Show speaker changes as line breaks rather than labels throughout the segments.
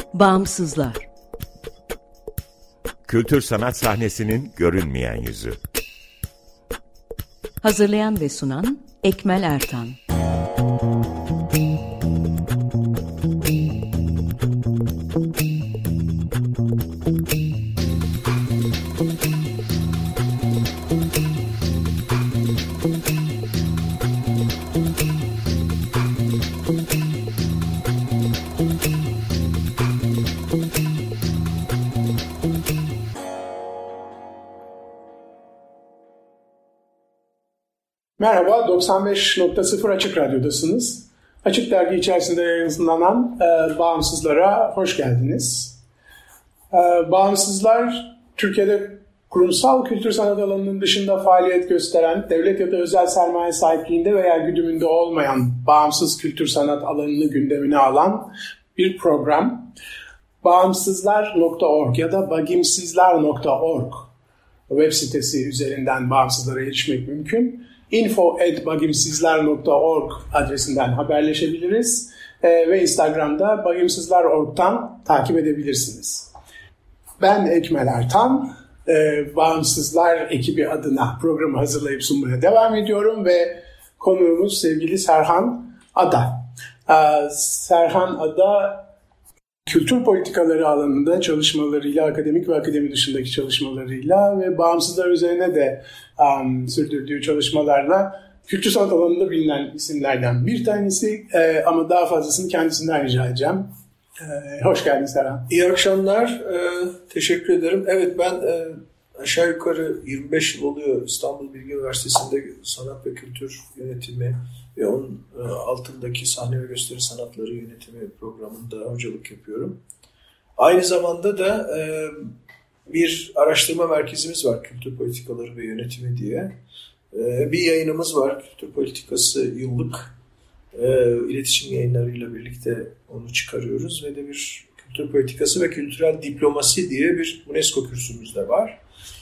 Bağımsızlar.
Kültür sanat sahnesinin görünmeyen yüzü.
Hazırlayan ve sunan Ekmel Ertan.
Merhaba, 95.0 Açık Radyo'dasınız. Açık Dergi içerisinde yayınlanan Bağımsızlar'a hoş geldiniz. Bağımsızlar, Türkiye'de kurumsal kültür sanat alanının dışında faaliyet gösteren, devlet ya da özel sermaye sahipliğinde veya güdümünde olmayan bağımsız kültür sanat alanını gündemine alan bir program. Bağımsızlar.org ya da bagimsizler.org web sitesi üzerinden bağımsızlara erişmek mümkün. info@bagimsizler.org adresinden haberleşebiliriz ve Instagram'da bagimsizler.org'dan takip edebilirsiniz. Ben Ekmel Ertan, Bağımsızlar ekibi adına programı hazırlayıp sunmaya devam ediyorum ve konuğumuz sevgili Serhan Ada. Serhan Ada, kültür politikaları alanında çalışmalarıyla, akademik ve akademi dışındaki çalışmalarıyla ve bağımsızlar üzerine de sürdürdüğü çalışmalarla kültür sanat alanında bilinen isimlerden bir tanesi, ama daha fazlasını kendisinden rica edeceğim. Hoş geldin Serhan.
İyi akşamlar, teşekkür ederim. Evet, ben aşağı yukarı 25 yıl oluyor İstanbul Bilgi Üniversitesi'nde sanat ve kültür yönetimi ve onun altındaki sahne ve gösteri sanatları yönetimi programında hocalık yapıyorum. Aynı zamanda da bir araştırma merkezimiz var, Kültür Politikaları ve Yönetimi diye. Bir yayınımız var, Kültür Politikası yıllık. İletişim yayınlarıyla birlikte onu çıkarıyoruz ve de bir Kültür Politikası ve Kültürel Diplomasi diye bir UNESCO kürsümüz de var.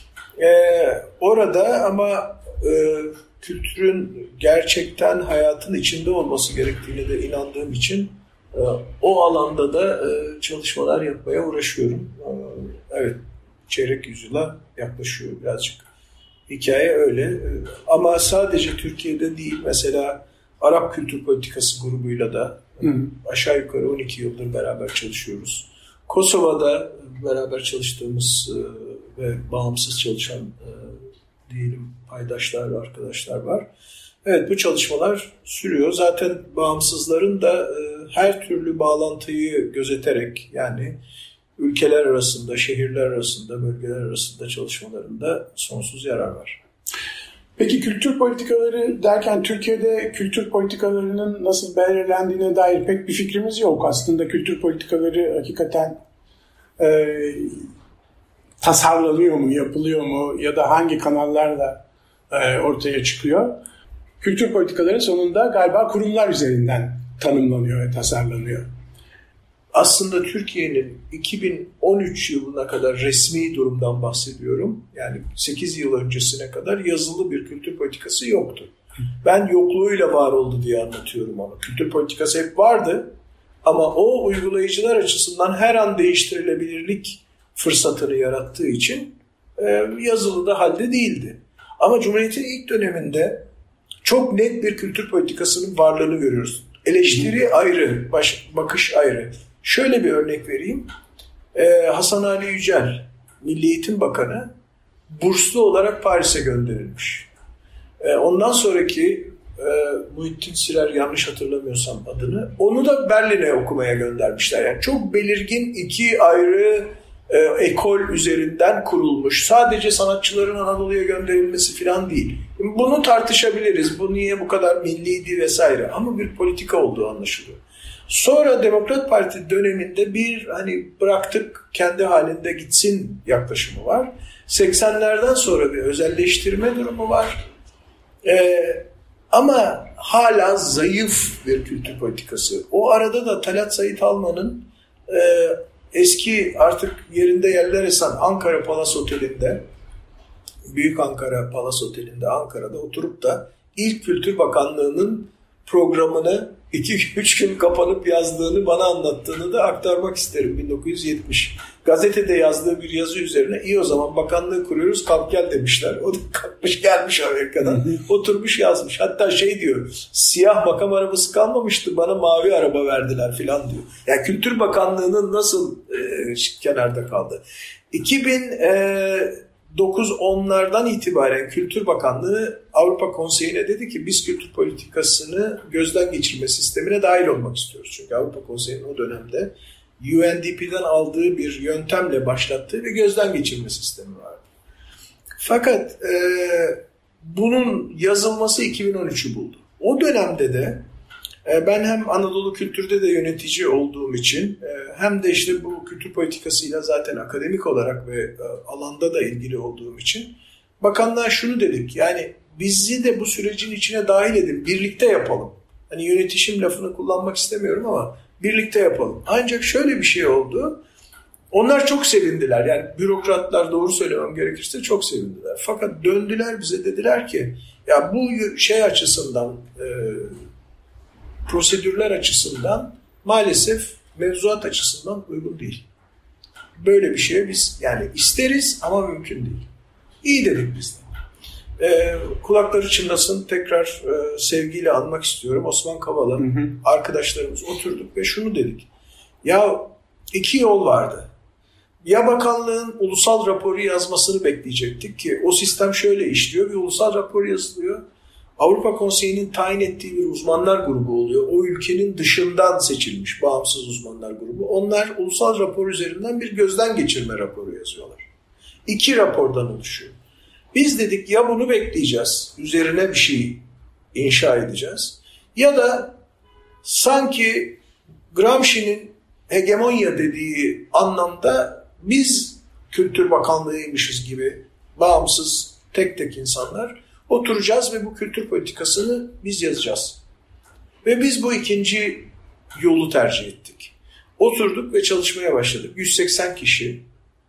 Orada ama kültürün gerçekten hayatın içinde olması gerektiğine de inandığım için o alanda da çalışmalar yapmaya uğraşıyorum. Evet, çeyrek yüzyıla yaklaşıyor birazcık. Hikaye öyle. Ama sadece Türkiye'de değil, mesela Arap Kültür Politikası grubuyla da aşağı yukarı 12 yıldır beraber çalışıyoruz. Kosova'da beraber çalıştığımız ve bağımsız çalışan diyelim paydaşlar ve arkadaşlar var. Evet, bu çalışmalar sürüyor. Zaten bağımsızların da her türlü bağlantıyı gözeterek, yani ülkeler arasında, şehirler arasında, bölgeler arasında çalışmalarında sonsuz yarar var.
Peki kültür politikaları derken Türkiye'de kültür politikalarının nasıl belirlendiğine dair pek bir fikrimiz yok. Aslında kültür politikaları hakikaten tasarlanıyor mu, yapılıyor mu ya da hangi kanallarla ortaya çıkıyor? Kültür politikaları sonunda galiba kurumlar üzerinden tanımlanıyor ve tasarlanıyor.
Aslında Türkiye'nin 2013 yılına kadar resmi durumdan bahsediyorum. Yani 8 yıl öncesine kadar yazılı bir kültür politikası yoktu. Ben yokluğuyla var oldu diye anlatıyorum onu. Kültür politikası hep vardı ama o uygulayıcılar açısından her an değiştirilebilirlik fırsatını yarattığı için yazılı da halde değildi. Ama Cumhuriyet'in ilk döneminde çok net bir kültür politikasının varlığını görüyoruz. Eleştiri ayrı, bakış ayrı. Şöyle bir örnek vereyim. Hasan Ali Yücel, Milli Eğitim Bakanı, burslu olarak Paris'e gönderilmiş. Ondan sonraki Muhittin Sirer, yanlış hatırlamıyorsam adını, onu da Berlin'e okumaya göndermişler. Yani çok belirgin iki ayrı ekol üzerinden kurulmuş. Sadece sanatçıların Anadolu'ya gönderilmesi falan değil. Bunu tartışabiliriz. Bu niye bu kadar milliydi vesaire. Ama bir politika olduğu anlaşılıyor. Sonra Demokrat Parti döneminde bir bıraktık kendi halinde gitsin yaklaşımı var. 80'lerden sonra bir özelleştirme durumu var. Ama hala zayıf bir kültür politikası. O arada da Talat Sait Alman'ın eski artık yerinde yerler esen Ankara Palas Oteli'nde, Büyük Ankara Palas Oteli'nde Ankara'da oturup da İlk Kültür Bakanlığı'nın programını 2-3 gün kapanıp yazdığını, bana anlattığını da aktarmak isterim. 1970. Gazetede yazdığı bir yazı üzerine iyi o zaman bakanlığı kuruyoruz, kalk gel demişler. O da kalkmış gelmiş Amerika'dan. Oturmuş yazmış. Hatta şey diyor, siyah makam arabası kalmamıştı, bana mavi araba verdiler filan diyor. Yani Kültür Bakanlığı'nın nasıl kenarda kaldı. 2009-10'lardan itibaren Kültür Bakanlığı Avrupa Konseyi'ne dedi ki biz kültür politikasını gözden geçirme sistemine dahil olmak istiyoruz. Çünkü Avrupa Konseyi'nin o dönemde UNDP'den aldığı bir yöntemle başlattığı bir gözden geçirme sistemi vardı. Fakat bunun yazılması 2013'ü buldu. O dönemde de ben hem Anadolu Kültür'de de yönetici olduğum için hem de işte bu kültür politikasıyla zaten akademik olarak ve alanda da ilgili olduğum için bakanlığa şunu dedik, yani bizi de bu sürecin içine dahil edin, birlikte yapalım. Hani yönetişim lafını kullanmak istemiyorum ama birlikte yapalım. Ancak şöyle bir şey oldu, onlar çok sevindiler, yani bürokratlar, doğru söylemem gerekirse çok sevindiler. Fakat döndüler bize, dediler ki ya bu şey açısından, prosedürler açısından maalesef mevzuat açısından uygun değil. Böyle bir şeye biz yani isteriz ama mümkün değil. İyi dedik biz de. Kulakları çınlasın, tekrar sevgiyle anmak istiyorum. Osman Kavala, arkadaşlarımız oturduk ve şunu dedik. Ya 2 yol vardı. Ya bakanlığın ulusal raporu yazmasını bekleyecektik ki o sistem şöyle işliyor. Bir ulusal rapor yazılıyor. Avrupa Konseyi'nin tayin ettiği bir uzmanlar grubu oluyor. O ülkenin dışından seçilmiş bağımsız uzmanlar grubu. Onlar ulusal rapor üzerinden bir gözden geçirme raporu yazıyorlar. 2 rapordan oluşuyor. Biz dedik ya bunu bekleyeceğiz, üzerine bir şey inşa edeceğiz. Ya da sanki Gramsci'nin hegemonya dediği anlamda biz Kültür Bakanlığı'ymışız gibi bağımsız tek tek insanlar oturacağız ve bu kültür politikasını biz yazacağız. Ve biz bu ikinci yolu tercih ettik. Oturduk ve çalışmaya başladık. 180 kişi.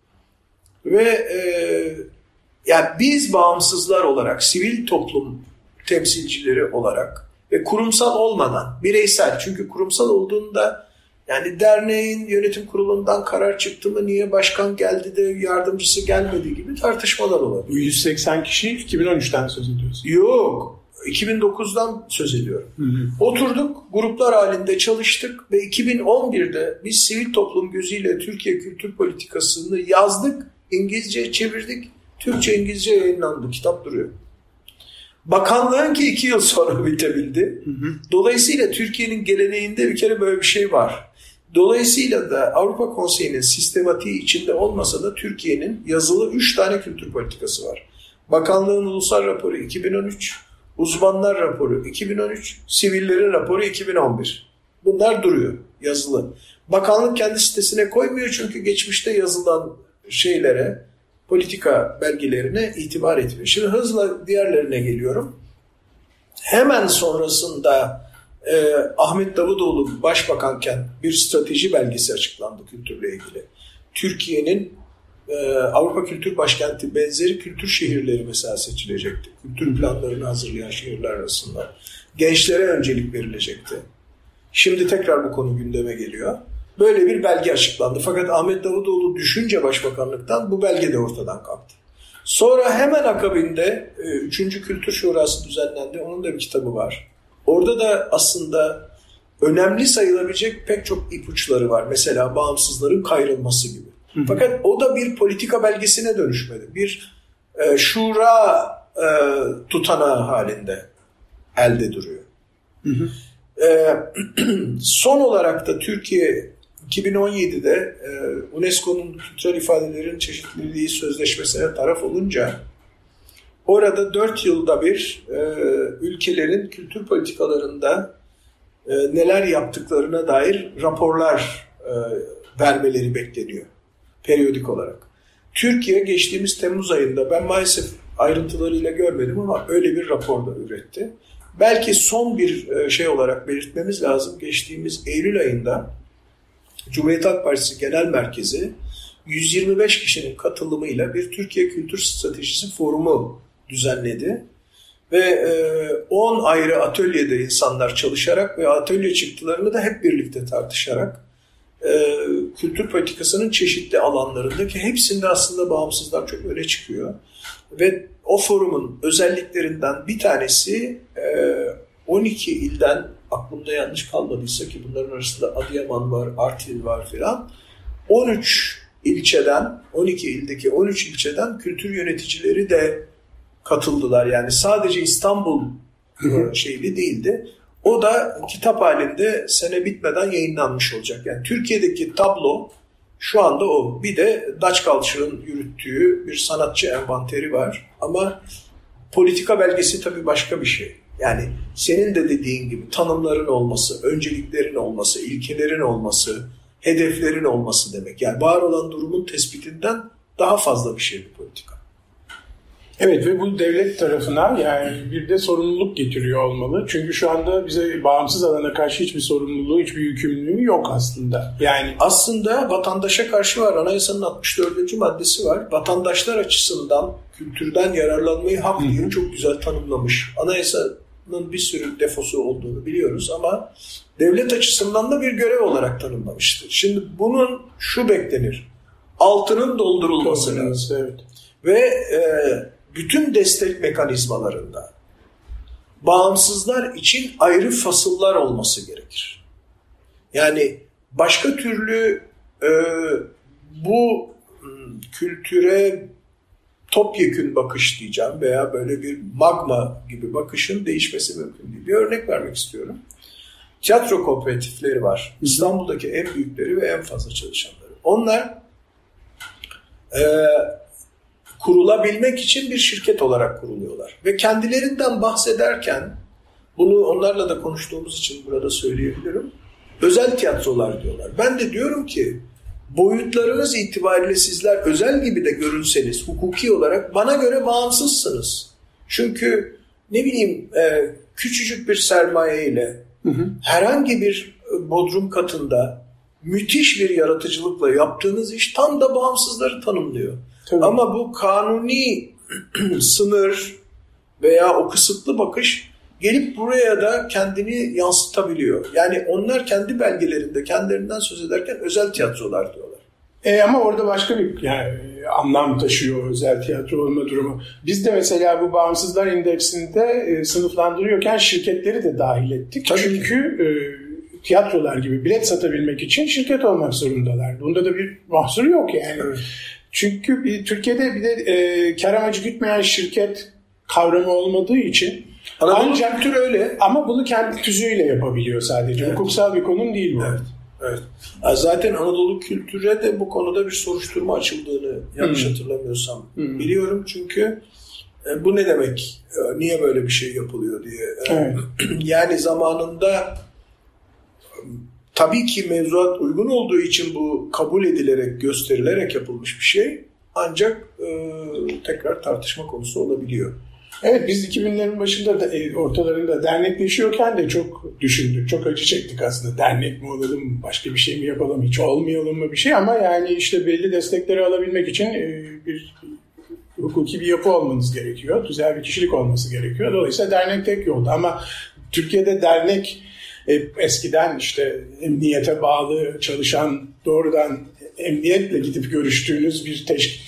Ve yani biz bağımsızlar olarak, sivil toplum temsilcileri olarak ve kurumsal olmadan, bireysel, çünkü kurumsal olduğunda yani derneğin yönetim kurulundan karar çıktı mı, niye başkan geldi de yardımcısı gelmedi gibi tartışmalar olabilir.
Bu 180 kişi 2013'ten söz ediyoruz.
Yok, 2009'dan söz ediyorum. Oturduk, gruplar halinde çalıştık ve 2011'de biz sivil toplum gözüyle Türkiye kültür politikasını yazdık, İngilizce çevirdik, Türkçe İngilizce yayınlandı, kitap duruyor. Bakanlığın ki 2 yıl sonra bitebildi. Dolayısıyla Türkiye'nin geleneğinde bir kere böyle bir şey var. Dolayısıyla da Avrupa Konseyi'nin sistematiği içinde olmasa da Türkiye'nin yazılı 3 tane kültür politikası var. Bakanlığın ulusal raporu 2013, uzmanlar raporu 2013, sivillerin raporu 2011. Bunlar duruyor, yazılı. Bakanlık kendi sitesine koymuyor çünkü geçmişte yazılan şeylere, politika belgelerine itibar etmiyor. Şimdi hızla diğerlerine geliyorum. Hemen sonrasında Ahmet Davutoğlu başbakanken bir strateji belgesi açıklandı kültürle ilgili. Türkiye'nin Avrupa Kültür Başkenti benzeri kültür şehirleri mesela seçilecekti. Kültür planlarını hazırlayan şehirler arasında. Gençlere öncelik verilecekti. Şimdi tekrar bu konu gündeme geliyor. Böyle bir belge açıklandı. Fakat Ahmet Davutoğlu düşünce başbakanlıktan bu belge de ortadan kalktı. Sonra hemen akabinde 3. Kültür Şurası düzenlendi. Onun da bir kitabı var. Orada da aslında önemli sayılabilecek pek çok ipuçları var. Mesela bağımsızların kayrılması gibi. Fakat o da bir politika belgesine dönüşmedi. Bir şura tutanağı halinde elde duruyor. Son olarak da Türkiye 2017'de UNESCO'nun kültürel ifadelerin çeşitliliği sözleşmesine taraf olunca orada 4 yılda bir ülkelerin kültür politikalarında neler yaptıklarına dair raporlar vermeleri bekleniyor periyodik olarak. Türkiye geçtiğimiz Temmuz ayında, ben maalesef ayrıntılarıyla görmedim ama öyle bir rapor da üretti. Belki son bir şey olarak belirtmemiz lazım. Geçtiğimiz Eylül ayında Cumhuriyet Halk Partisi Genel Merkezi 125 kişinin katılımıyla bir Türkiye Kültür Stratejisi Forumu düzenledi. ve 10 ayrı atölyede insanlar çalışarak ve atölye çıktılarını da hep birlikte tartışarak kültür politikasının çeşitli alanlarındaki hepsinde aslında bağımsızlar çok öne çıkıyor. Ve o forumun özelliklerinden bir tanesi 12 ilden, aklımda yanlış kalmadıysa ki bunların arasında Adıyaman var, Artvin var filan, 12 ildeki 13 ilçeden kültür yöneticileri de katıldılar. Yani sadece İstanbul şeyli değildi. O da kitap halinde sene bitmeden yayınlanmış olacak. Yani Türkiye'deki tablo şu anda o. Bir de Dutch Culture'ın yürüttüğü bir sanatçı envanteri var. Ama politika belgesi tabii başka bir şey. Yani senin de dediğin gibi tanımların olması, önceliklerin olması, ilkelerin olması, hedeflerin olması demek. Yani var olan durumun tespitinden daha fazla bir şey bir politika.
Evet ve bu devlet tarafına yani bir de sorumluluk getiriyor olmalı. Çünkü şu anda bize bağımsız alana karşı hiçbir sorumluluğu, hiçbir yükümlülüğü yok aslında. Yani
aslında vatandaşa karşı var. Anayasanın 64. maddesi var. Vatandaşlar açısından kültürden yararlanmayı hak diye çok güzel tanımlamış. Anayasanın bir sürü defosu olduğunu biliyoruz ama devlet açısından da bir görev olarak tanımlamıştır. Şimdi bunun şu beklenir. Altının doldurulması lazım.
Evet.
Ve bütün destek mekanizmalarında bağımsızlar için ayrı fasıllar olması gerekir. Yani başka türlü bu kültüre topyekün bakış diyeceğim veya böyle bir magma gibi bakışın değişmesi mümkün değil. Bir örnek vermek istiyorum. Tiyatro kooperatifleri var. İstanbul'daki en büyükleri ve en fazla çalışanları. Onlar kurulabilmek için bir şirket olarak kuruluyorlar. Ve kendilerinden bahsederken, bunu onlarla da konuştuğumuz için burada söyleyebilirim, özel tiyatrolar diyorlar. Ben de diyorum ki, boyutlarınız itibariyle sizler özel gibi de görünseniz, hukuki olarak bana göre bağımsızsınız. Çünkü ne bileyim, küçücük bir sermayeyle herhangi bir bodrum katında müthiş bir yaratıcılıkla yaptığınız iş tam da bağımsızları tanımlıyor. Tabii. Ama bu kanuni sınır veya o kısıtlı bakış gelip buraya da kendini yansıtabiliyor. Yani onlar kendi belgelerinde kendilerinden söz ederken özel tiyatrolar diyorlar.
Ama orada başka bir anlam taşıyor özel tiyatro olma durumu. Biz de mesela bu bağımsızlar indeksinde sınıflandırıyorken şirketleri de dahil ettik. Tabii çünkü tiyatrolar gibi bilet satabilmek için şirket olmak zorundalar. Bunda da bir mahsur yok yani. Evet. Çünkü Türkiye'de bir de kar amacı gütmeyen şirket kavramı olmadığı için ancak kültür öyle. Ama bunu kendi tüzüğüyle yapabiliyor sadece. Evet. Hukuksal bir konum değil bu.
Evet. Evet. Zaten Anadolu Kültür'e de bu konuda bir soruşturma açıldığını yanlış hatırlamıyorsam biliyorum. Çünkü bu ne demek? Niye böyle bir şey yapılıyor diye. Evet. Yani zamanında tabii ki mevzuat uygun olduğu için bu kabul edilerek, gösterilerek yapılmış bir şey. Ancak tekrar tartışma konusu olabiliyor.
Evet, biz 2000'lerin başında da ortalarında dernekleşiyorken de çok düşündük. Çok acı çektik aslında. Dernek mi olalım, başka bir şey mi yapalım, hiç olmayalım mı bir şey. Ama yani işte belli destekleri alabilmek için bir hukuki bir yapı olmanız gerekiyor. Güzel bir kişilik olması gerekiyor. Dolayısıyla dernek tek yolda. Ama Türkiye'de dernek eskiden işte emniyete bağlı çalışan, doğrudan emniyetle gidip görüştüğünüz bir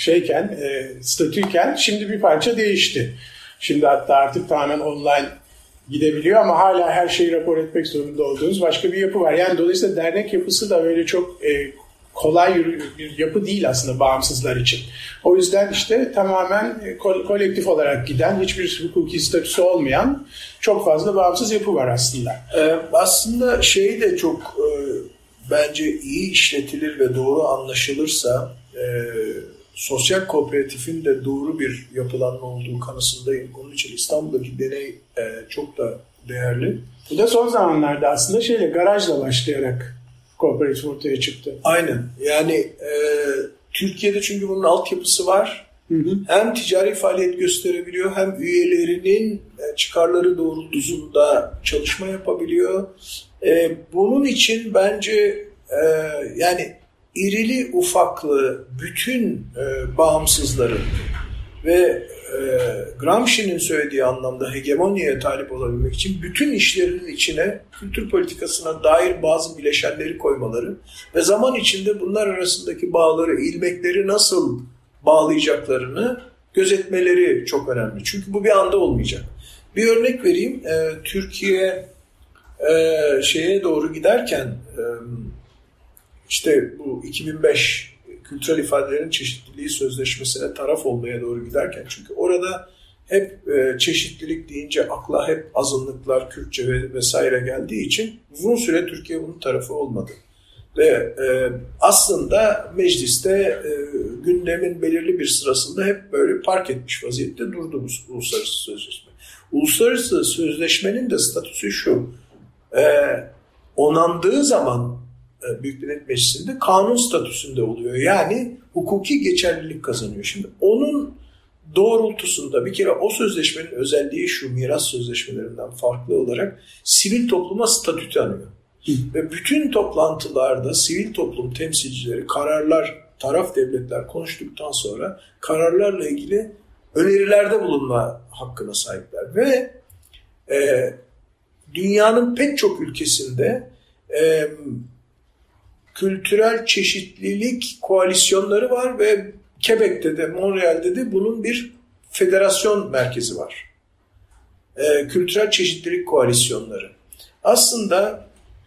statüyken şimdi bir parça değişti. Şimdi hatta artık tamamen online gidebiliyor ama hala her şeyi rapor etmek zorunda olduğunuz başka bir yapı var. Yani dolayısıyla dernek yapısı da böyle çok kolay bir yapı değil aslında bağımsızlar için. O yüzden işte tamamen kolektif olarak giden, hiçbir hukuki statüsü olmayan çok fazla bağımsız yapı var aslında.
Aslında şey de çok bence iyi işletilir ve doğru anlaşılırsa sosyal kooperatifin de doğru bir yapılanma olduğu kanısındayım. Onun için İstanbul'daki deney çok da değerli.
Bu da son zamanlarda aslında garajla başlayarak kooperatif ortaya çıktı.
Aynen. Yani Türkiye'de çünkü bunun altyapısı var. Hem ticari faaliyet gösterebiliyor hem üyelerinin çıkarları doğrultusunda çalışma yapabiliyor. Bunun için bence yani irili ufaklı bütün bağımsızların ve Gramsci'nin söylediği anlamda hegemonyaya talip olabilmek için bütün işlerinin içine kültür politikasına dair bazı bileşenleri koymaları ve zaman içinde bunlar arasındaki bağları, ilmekleri nasıl bağlayacaklarını gözetmeleri çok önemli. Çünkü bu bir anda olmayacak. Bir örnek vereyim. Türkiye şeye doğru giderken işte bu 2005 Kültürel İfadelerin Çeşitliliği Sözleşmesi'ne taraf olmaya doğru giderken, çünkü orada hep çeşitlilik deyince akla hep azınlıklar, Kürtçe ve vesaire geldiği için uzun süre Türkiye bunun tarafı olmadı. Ve aslında mecliste gündemin belirli bir sırasında hep böyle park etmiş vaziyette durdu bu uluslararası sözleşme. Uluslararası sözleşmenin de statüsü şu: onandığı zaman Büyük Millet Meclisi'nde kanun statüsünde oluyor. Yani hukuki geçerlilik kazanıyor. Şimdi onun doğrultusunda bir kere o sözleşmenin özelliği şu: miras sözleşmelerinden farklı olarak sivil topluma statü tanıyor. Ve bütün toplantılarda sivil toplum temsilcileri kararlar, taraf devletler konuştuktan sonra kararlarla ilgili önerilerde bulunma hakkına sahipler. Ve dünyanın pek çok ülkesinde kültürel çeşitlilik koalisyonları var ve Quebec'te de, Montreal'de de bunun bir federasyon merkezi var. Kültürel çeşitlilik koalisyonları. Aslında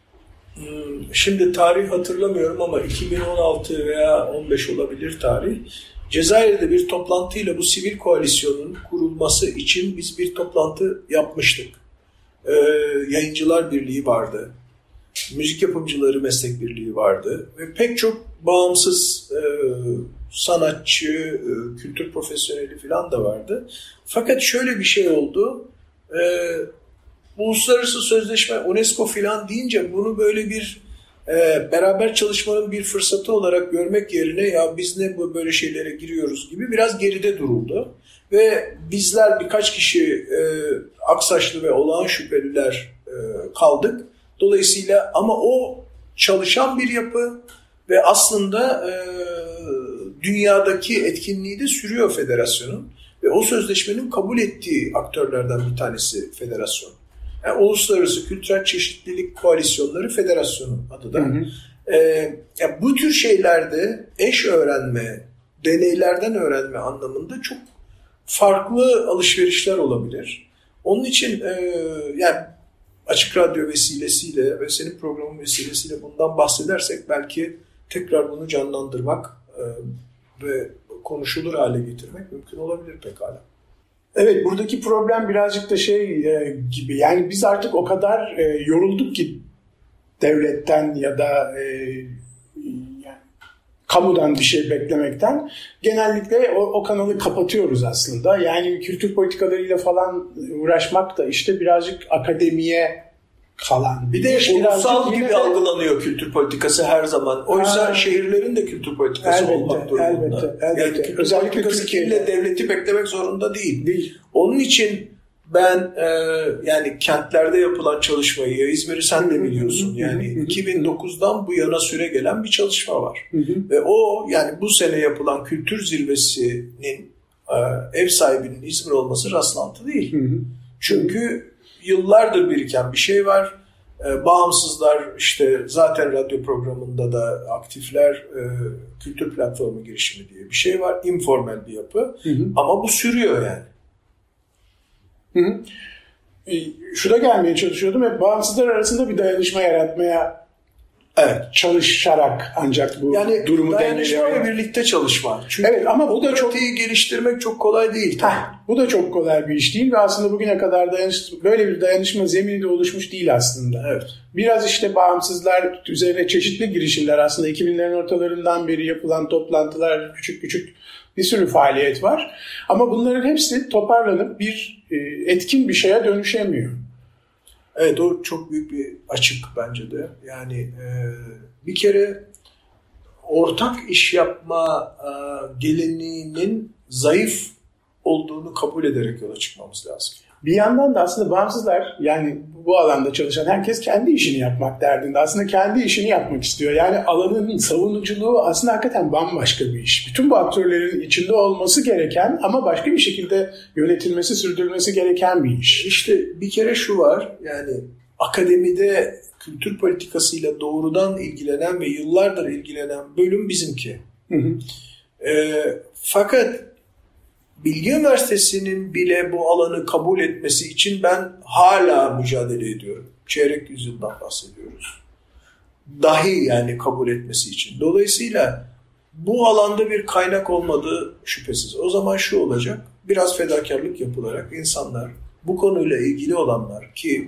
şimdi tarih hatırlamıyorum ama 2016 veya 15 olabilir tarih. Cezayir'de bir toplantıyla bu sivil koalisyonun kurulması için biz bir toplantı yapmıştık. Yayıncılar Birliği vardı. Müzik Yapımcıları Meslek Birliği vardı. Ve pek çok bağımsız sanatçı, kültür profesyoneli falan da vardı. Fakat şöyle bir şey oldu. Uluslararası sözleşme, UNESCO falan deyince bunu böyle bir beraber çalışmanın bir fırsatı olarak görmek yerine ya biz ne böyle şeylere giriyoruz gibi biraz geride duruldu. Ve bizler birkaç kişi aksaçlı ve olağan şüpheliler kaldık. Dolayısıyla ama o çalışan bir yapı ve aslında dünyadaki etkinliği de sürüyor federasyonun. Ve o sözleşmenin kabul ettiği aktörlerden bir tanesi federasyon. Yani Uluslararası Kültürel Çeşitlilik Koalisyonları Federasyonu adı da. Yani bu tür şeylerde eş öğrenme, deneylerden öğrenme anlamında çok farklı alışverişler olabilir. Onun için yani Açık Radyo vesilesiyle ve senin programın vesilesiyle bundan bahsedersek belki tekrar bunu canlandırmak ve konuşulur hale getirmek mümkün olabilir pekala.
Evet, buradaki problem birazcık da gibi, yani biz artık o kadar yorulduk ki devletten ya da yani kamudan bir şey beklemekten, genellikle o kanalı kapatıyoruz aslında. Yani kültür politikalarıyla falan uğraşmak da işte birazcık akademiye kalan.
Bir de ulusal gibi algılanıyor kültür politikası her zaman. Oysa şehirlerin de kültür politikası olmak durumunda.
Elbette.
Yani kültür politikası ille devleti beklemek zorunda değil. Onun için ben yani kentlerde yapılan çalışmayı, İzmir'i sen de biliyorsun. Yani 2009'dan bu yana süre gelen bir çalışma var. Ve o yani bu sene yapılan kültür zirvesinin ev sahibinin İzmir olması rastlantı değil. Çünkü yıllardır biriken bir şey var. Bağımsızlar işte zaten radyo programında da aktifler, kültür platformu girişimi diye bir şey var. İnformal bir yapı. Ama bu sürüyor yani.
Şurada gelmeye çalışıyordum. Hep bağımsızlar arasında bir dayanışma yaratmaya çalışarak ancak bu
yani
durumu
dayanışma ve birlikte çalışma. Çünkü
evet, ama bu da çok
geliştirmek çok kolay değil.
Bu da çok kolay bir iş değil ve aslında bugüne kadar böyle bir dayanışma zemini de oluşmuş değil aslında.
Evet.
Biraz işte bağımsızlar üzerine çeşitli girişimler, aslında 2000'lerin ortalarından beri yapılan toplantılar, küçük bir sürü faaliyet var. Ama bunların hepsi toparlanıp bir etkin bir şeye dönüşemiyor.
Evet, o çok büyük bir açık bence de. Yani bir kere ortak iş yapma geleneğinin zayıf olduğunu kabul ederek yola çıkmamız lazım.
Bir yandan da aslında bağımsızlar, yani bu alanda çalışan herkes kendi işini yapmak derdinde. Aslında kendi işini yapmak istiyor. Yani alanın savunuculuğu aslında hakikaten bambaşka bir iş. Bütün bu aktörlerin içinde olması gereken ama başka bir şekilde yönetilmesi, sürdürülmesi gereken bir iş.
İşte bir kere şu var, yani akademide kültür politikasıyla doğrudan ilgilenen ve yıllardır ilgilenen bölüm bizimki. Hı hı. Fakat Bilgi Üniversitesi'nin bile bu alanı kabul etmesi için ben hala mücadele ediyorum. Çeyrek yüzyıldan bahsediyoruz. Dahi yani kabul etmesi için. Dolayısıyla bu alanda bir kaynak olmadığı şüphesiz. O zaman şu olacak, biraz fedakarlık yapılarak insanlar, bu konuyla ilgili olanlar ki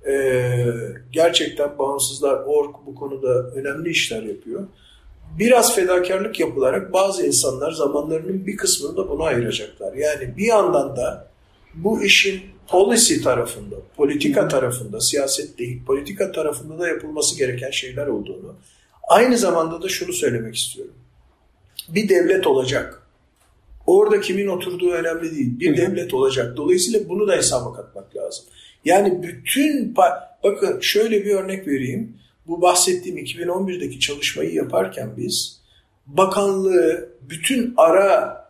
gerçekten Bağımsızlar.org bu konuda önemli işler yapıyor. Biraz fedakarlık yapılarak bazı insanlar zamanlarının bir kısmını da buna ayıracaklar. Yani bir yandan da bu işin policy tarafında, politika tarafında, siyaset değil, politika tarafında da yapılması gereken şeyler olduğunu, aynı zamanda da şunu söylemek istiyorum. Bir devlet olacak. Orada kimin oturduğu önemli değil. Bir devlet olacak. Dolayısıyla bunu da hesaba katmak lazım. Yani bütün, bakın şöyle bir örnek vereyim. Bu bahsettiğim 2011'deki çalışmayı yaparken biz bakanlığı bütün ara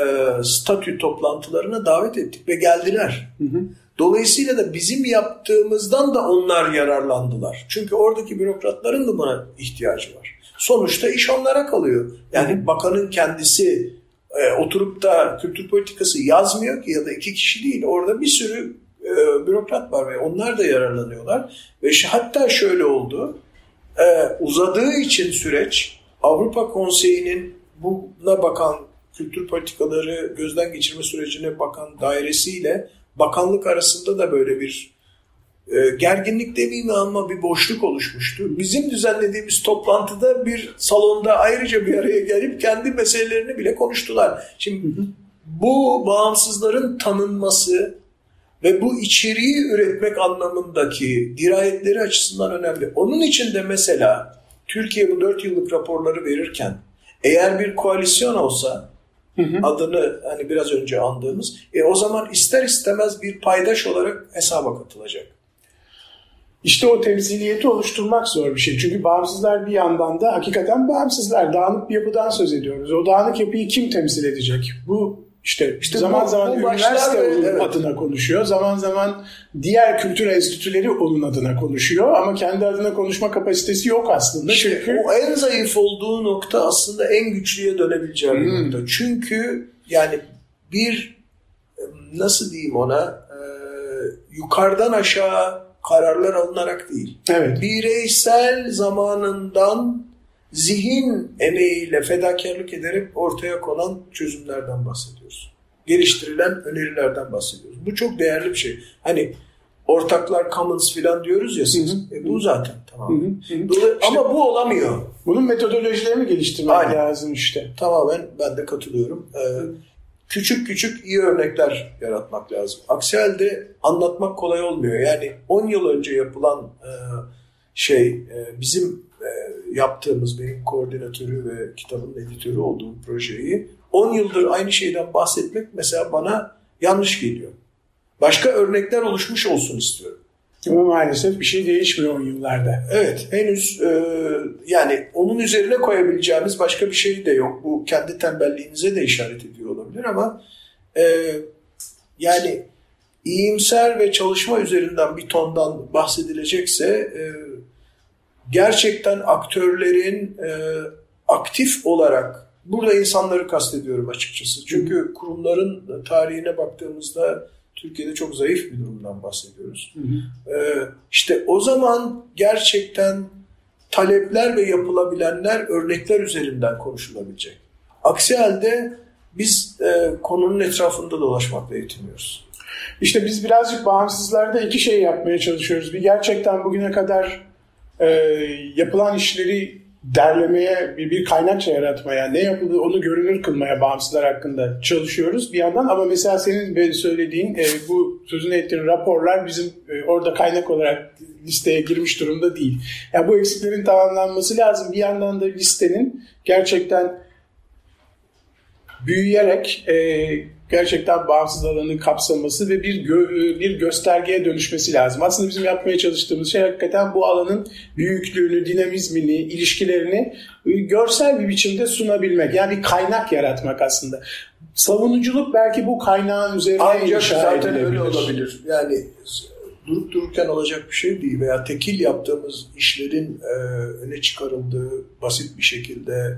statü toplantılarına davet ettik ve geldiler. Hı hı. Dolayısıyla da bizim yaptığımızdan da onlar yararlandılar. Çünkü oradaki bürokratların da buna ihtiyacı var. Sonuçta iş onlara kalıyor. Yani bakanın kendisi oturup da kültür politikası yazmıyor ki, ya da 2 kişi değil. Orada bir sürü bürokrat var ve onlar da yararlanıyorlar. Ve hatta şöyle oldu. Uzadığı için süreç, Avrupa Konseyi'nin buna bakan, kültür politikaları gözden geçirme sürecine bakan dairesiyle bakanlık arasında da böyle bir gerginlik demeyeyim ama bir boşluk oluşmuştu. Bizim düzenlediğimiz toplantıda bir salonda ayrıca bir araya gelip kendi meselelerini bile konuştular. Şimdi bu bağımsızların tanınması ve bu içeriği üretmek anlamındaki dirayetleri açısından önemli. Onun için de mesela Türkiye bu 4 yıllık raporları verirken eğer bir koalisyon olsa, adını hani biraz önce andığımız, o zaman ister istemez bir paydaş olarak hesaba katılacak.
İşte o temsiliyeti oluşturmak zor bir şey. Çünkü bağımsızlar bir yandan da hakikaten bağımsızlar. Dağınık bir yapıdan söz ediyoruz. O dağınık yapıyı kim temsil edecek? Bu İşte zaman zaman üniversite adına konuşuyor, zaman zaman diğer kültür enstitüleri onun adına konuşuyor ama kendi adına konuşma kapasitesi yok aslında. Çünkü
o en zayıf olduğu nokta aslında en güçlüye dönebileceği bir nokta. Çünkü yani bir, nasıl diyeyim ona, yukarıdan aşağı kararlar alınarak değil. Evet. Bireysel zamanından zihin emeğiyle fedakarlık ederek ortaya konan çözümlerden bahsediyoruz. Geliştirilen önerilerden bahsediyoruz. Bu çok değerli bir şey. Hani ortaklar, commons filan diyoruz ya siz. Bu zaten tamam. Ama bu olamıyor.
Bunun metodolojilerini geliştirmek lazım işte.
Tamamen ben de katılıyorum. Küçük küçük iyi örnekler yaratmak lazım. Aksi halde anlatmak kolay olmuyor. Yani 10 yıl önce yapılan bizim yaptığımız, benim koordinatörü ve kitabın editörü olduğum projeyi 10 yıldır aynı şeyden bahsetmek mesela bana yanlış geliyor. Başka örnekler oluşmuş olsun istiyorum.
Ama maalesef bir şey değişmiyor 10 yıllarda.
Evet, henüz yani onun üzerine koyabileceğimiz başka bir şey de yok. Bu kendi tembelliğinize de işaret ediyor olabilir ama yani iyimser ve çalışma üzerinden bir tondan bahsedilecekse gerçekten aktörlerin aktif olarak, burada insanları kastediyorum açıkçası. Çünkü kurumların tarihine baktığımızda Türkiye'de çok zayıf bir durumdan bahsediyoruz. İşte o zaman gerçekten talepler ve yapılabilenler örnekler üzerinden konuşulabilecek. Aksi halde biz konunun etrafında dolaşmakla yetiniyoruz.
İşte biz birazcık bağımsızlarda 2 şey yapmaya çalışıyoruz. Bir, gerçekten bugüne kadar yapılan işleri derlemeye, bir kaynakça yaratmaya, ne yapıldığı onu görünür kılmaya bağımsızlar hakkında çalışıyoruz bir yandan. Ama mesela senin söylediğin bu sözünü ettiğin raporlar bizim orada kaynak olarak listeye girmiş durumda değil. Yani bu eksiklerin tamamlanması lazım. Bir yandan da listenin gerçekten büyüyerek gerçekten bağımsız alanın kapsaması ve bir göstergeye dönüşmesi lazım. Aslında bizim yapmaya çalıştığımız şey hakikaten bu alanın büyüklüğünü, dinamizmini, ilişkilerini görsel bir biçimde sunabilmek. Yani bir kaynak yaratmak aslında. Savunuculuk belki bu kaynağın üzerine
ancak
inşa
zaten
edilebilir.
öyle olabilir. Yani durup dururken olacak bir şey değil veya tekil yaptığımız işlerin öne çıkarıldığı basit bir şekilde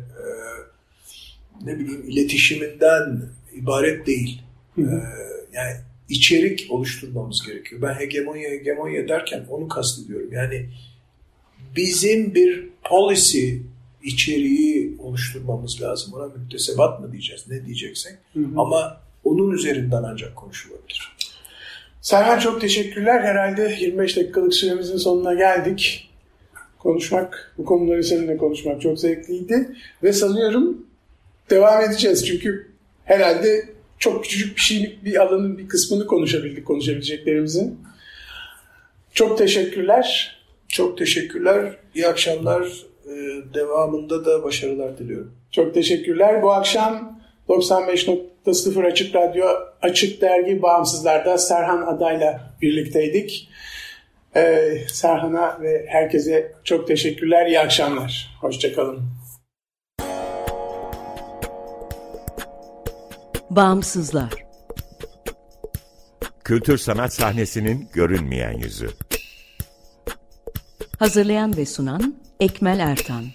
iletişiminden ibaret değil. Yani içerik oluşturmamız gerekiyor. Ben hegemonya derken onu kastediyorum. Yani bizim bir policy içeriği oluşturmamız lazım. Ona müktesebat mı diyeceğiz, ne diyeceksek. Ama onun üzerinden ancak konuşulabilir.
Serhan çok teşekkürler. Herhalde 25 dakikalık süremizin sonuna geldik. Bu konuları seninle konuşmak çok zevkliydi. Ve sanıyorum devam edeceğiz. Çünkü herhalde çok küçücük bir şeylik bir alanın bir kısmını konuşabileceklerimizin. Çok teşekkürler.
Çok teşekkürler. İyi akşamlar. Devamında da başarılar diliyorum.
Çok teşekkürler. Bu akşam 95.0 Açık Radyo, Açık Dergi Bağımsızlar'da Serhan Aday'la birlikteydik. Serhan'a ve herkese çok teşekkürler. İyi akşamlar. Hoşçakalın.
Bağımsızlar.
Kültür sanat sahnesinin görünmeyen yüzü.
Hazırlayan ve sunan Ekmel Ertan.